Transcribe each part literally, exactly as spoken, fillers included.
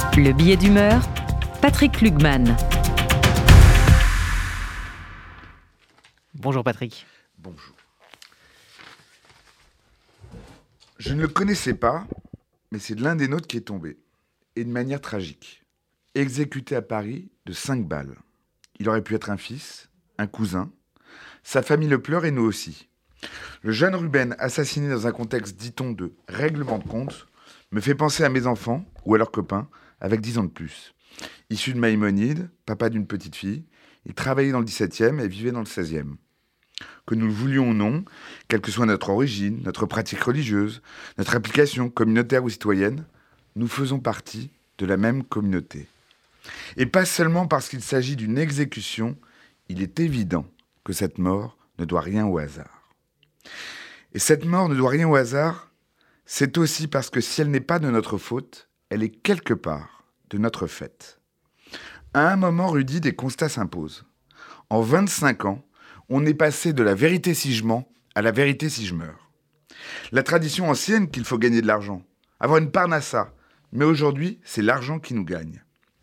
Le billet d'humeur, Patrick Klugman. Bonjour Patrick. Bonjour. Je ne le connaissais pas, mais c'est l'un des nôtres qui est tombé. Et de manière tragique. Exécuté à Paris de cinq balles. Il aurait pu être un fils, un cousin. Sa famille le pleure et nous aussi. Le jeune Ruben, assassiné dans un contexte, dit-on, de règlement de compte, me fait penser à mes enfants ou à leurs copains avec dix ans de plus. Issu de Maïmonide, papa d'une petite fille, il travaillait dans le dix-septième et vivait dans le seizième. Que nous le voulions ou non, quelle que soit notre origine, notre pratique religieuse, notre application communautaire ou citoyenne, nous faisons partie de la même communauté. Et pas seulement parce qu'il s'agit d'une exécution, il est évident que cette mort ne doit rien au hasard. Et cette mort ne doit rien au hasard, c'est aussi parce que si elle n'est pas de notre faute, elle est quelque part de notre fait. À un moment, Rudy, des constats s'imposent. En vingt-cinq ans, on est passé de la vérité si je mens à la vérité si je meurs. La tradition ancienne qu'il faut gagner de l'argent, avoir une parnassa, mais aujourd'hui, c'est l'argent qui nous gagne.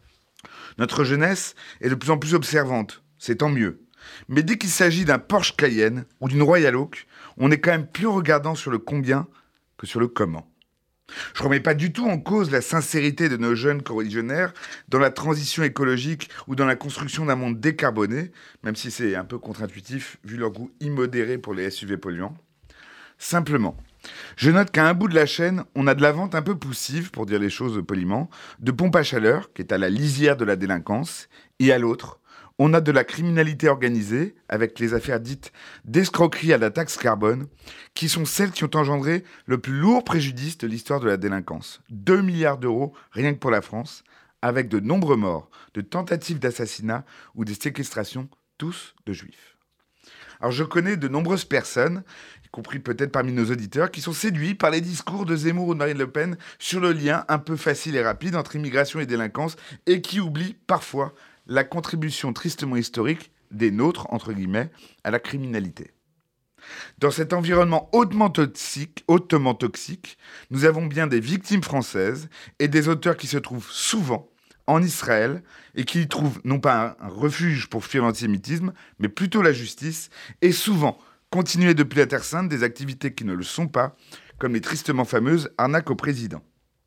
Notre jeunesse est de plus en plus observante, c'est tant mieux. Mais dès qu'il s'agit d'un Porsche Cayenne ou d'une Royal Oak, on est quand même plus regardant sur le combien que sur le comment. Je ne remets pas du tout en cause la sincérité de nos jeunes coreligionnaires dans la transition écologique ou dans la construction d'un monde décarboné, même si c'est un peu contre-intuitif vu leur goût immodéré pour les S U V polluants. Simplement, je note qu'à un bout de la chaîne, on a de la vente un peu poussive, pour dire les choses poliment, de pompe à chaleur, qui est à la lisière de la délinquance, et à l'autre, on a de la criminalité organisée, avec les affaires dites d'escroquerie à la taxe carbone, qui sont celles qui ont engendré le plus lourd préjudice de l'histoire de la délinquance. deux milliards d'euros, rien que pour la France, avec de nombreux morts, de tentatives d'assassinat ou des séquestrations, tous de juifs. Alors je connais de nombreuses personnes, y compris peut-être parmi nos auditeurs, qui sont séduits par les discours de Zemmour ou de Marine Le Pen sur le lien un peu facile et rapide entre immigration et délinquance, et qui oublient parfois la contribution tristement historique des nôtres, entre guillemets, à la criminalité. Dans cet environnement hautement toxique, hautement toxique, nous avons bien des victimes françaises et des auteurs qui se trouvent souvent en Israël et qui y trouvent non pas un refuge pour fuir l'antisémitisme, mais plutôt la justice, et souvent continuer depuis la Terre Sainte des activités qui ne le sont pas, comme les tristement fameuses arnaques au président.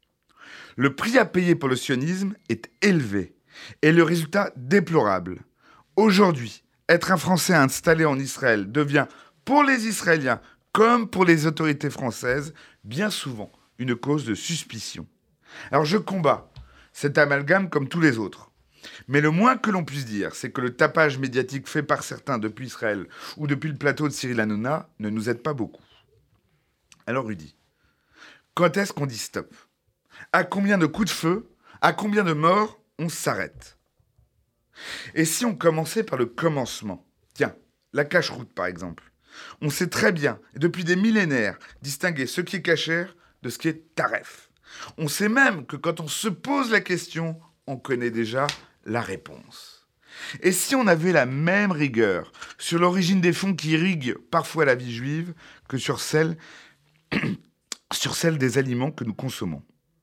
Le prix à payer pour le sionisme est élevé, et le résultat déplorable. Aujourd'hui, être un Français installé en Israël devient, pour les Israéliens comme pour les autorités françaises, bien souvent une cause de suspicion. Alors je combats cet amalgame comme tous les autres. Mais le moins que l'on puisse dire, c'est que le tapage médiatique fait par certains depuis Israël ou depuis le plateau de Cyril Hanouna ne nous aide pas beaucoup. Alors Rudy, quand est-ce qu'on dit stop ? À combien de coups de feu ? À combien de morts on s'arrête. Et si on commençait par le commencement ? Tiens, la cache-route par exemple. On sait très bien, depuis des millénaires, distinguer ce qui est cachère de ce qui est taref. On sait même que quand on se pose la question, on connaît déjà la réponse. Et si on avait la même rigueur sur l'origine des fonds qui irriguent parfois la vie juive que sur celle, sur celle des aliments que nous consommons ?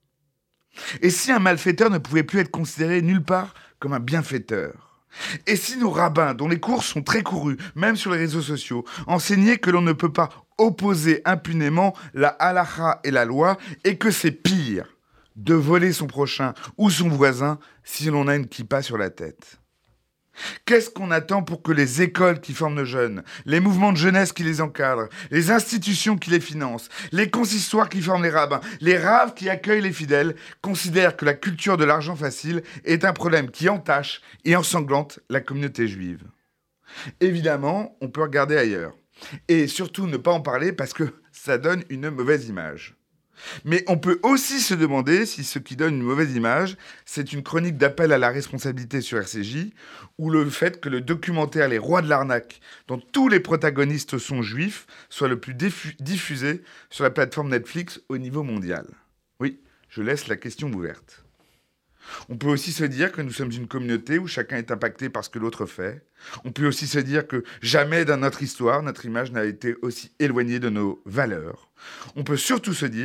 Et si un malfaiteur ne pouvait plus être considéré nulle part comme un bienfaiteur ? Et si nos rabbins, dont les cours sont très courus, même sur les réseaux sociaux, enseignaient que l'on ne peut pas opposer impunément la halakha et la loi, et que c'est pire de voler son prochain ou son voisin si l'on a une kippa sur la tête ? Qu'est-ce qu'on attend pour que les écoles qui forment nos jeunes, les mouvements de jeunesse qui les encadrent, les institutions qui les financent, les consistoires qui forment les rabbins, les raves qui accueillent les fidèles, considèrent que la culture de l'argent facile est un problème qui entache et ensanglante la communauté juive ? Évidemment, on peut regarder ailleurs. Et surtout ne pas en parler parce que ça donne une mauvaise image. Mais on peut aussi se demander si ce qui donne une mauvaise image, c'est une chronique d'appel à la responsabilité sur R C J, ou le fait que le documentaire Les Rois de l'arnaque, dont tous les protagonistes sont juifs, soit le plus diffu- diffusé sur la plateforme Netflix au niveau mondial. Oui, je laisse la question ouverte. On peut aussi se dire que nous sommes une communauté où chacun est impacté par ce que l'autre fait. On peut aussi se dire que jamais dans notre histoire, notre image n'a été aussi éloignée de nos valeurs. On peut surtout se dire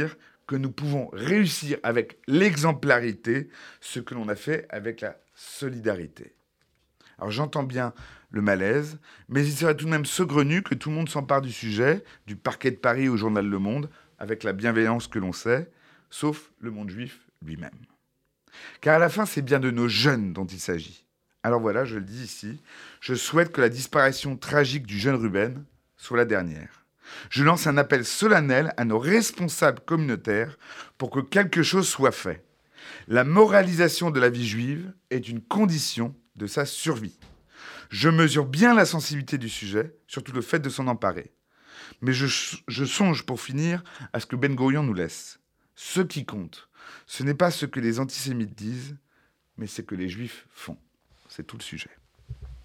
que nous pouvons réussir avec l'exemplarité ce que l'on a fait avec la solidarité. Alors j'entends bien le malaise, mais il serait tout de même saugrenu que tout le monde s'empare du sujet, du parquet de Paris au journal Le Monde, avec la bienveillance que l'on sait, sauf le monde juif lui-même. Car à la fin, c'est bien de nos jeunes dont il s'agit. Alors voilà, je le dis ici, je souhaite que la disparition tragique du jeune Ruben soit la dernière. Je lance un appel solennel à nos responsables communautaires pour que quelque chose soit fait. La moralisation de la vie juive est une condition de sa survie. Je mesure bien la sensibilité du sujet, surtout le fait de s'en emparer. Mais je, je songe, pour finir, à ce que Ben Gurion nous laisse. Ce qui compte, ce n'est pas ce que les antisémites disent, mais ce que les juifs font. C'est tout le sujet.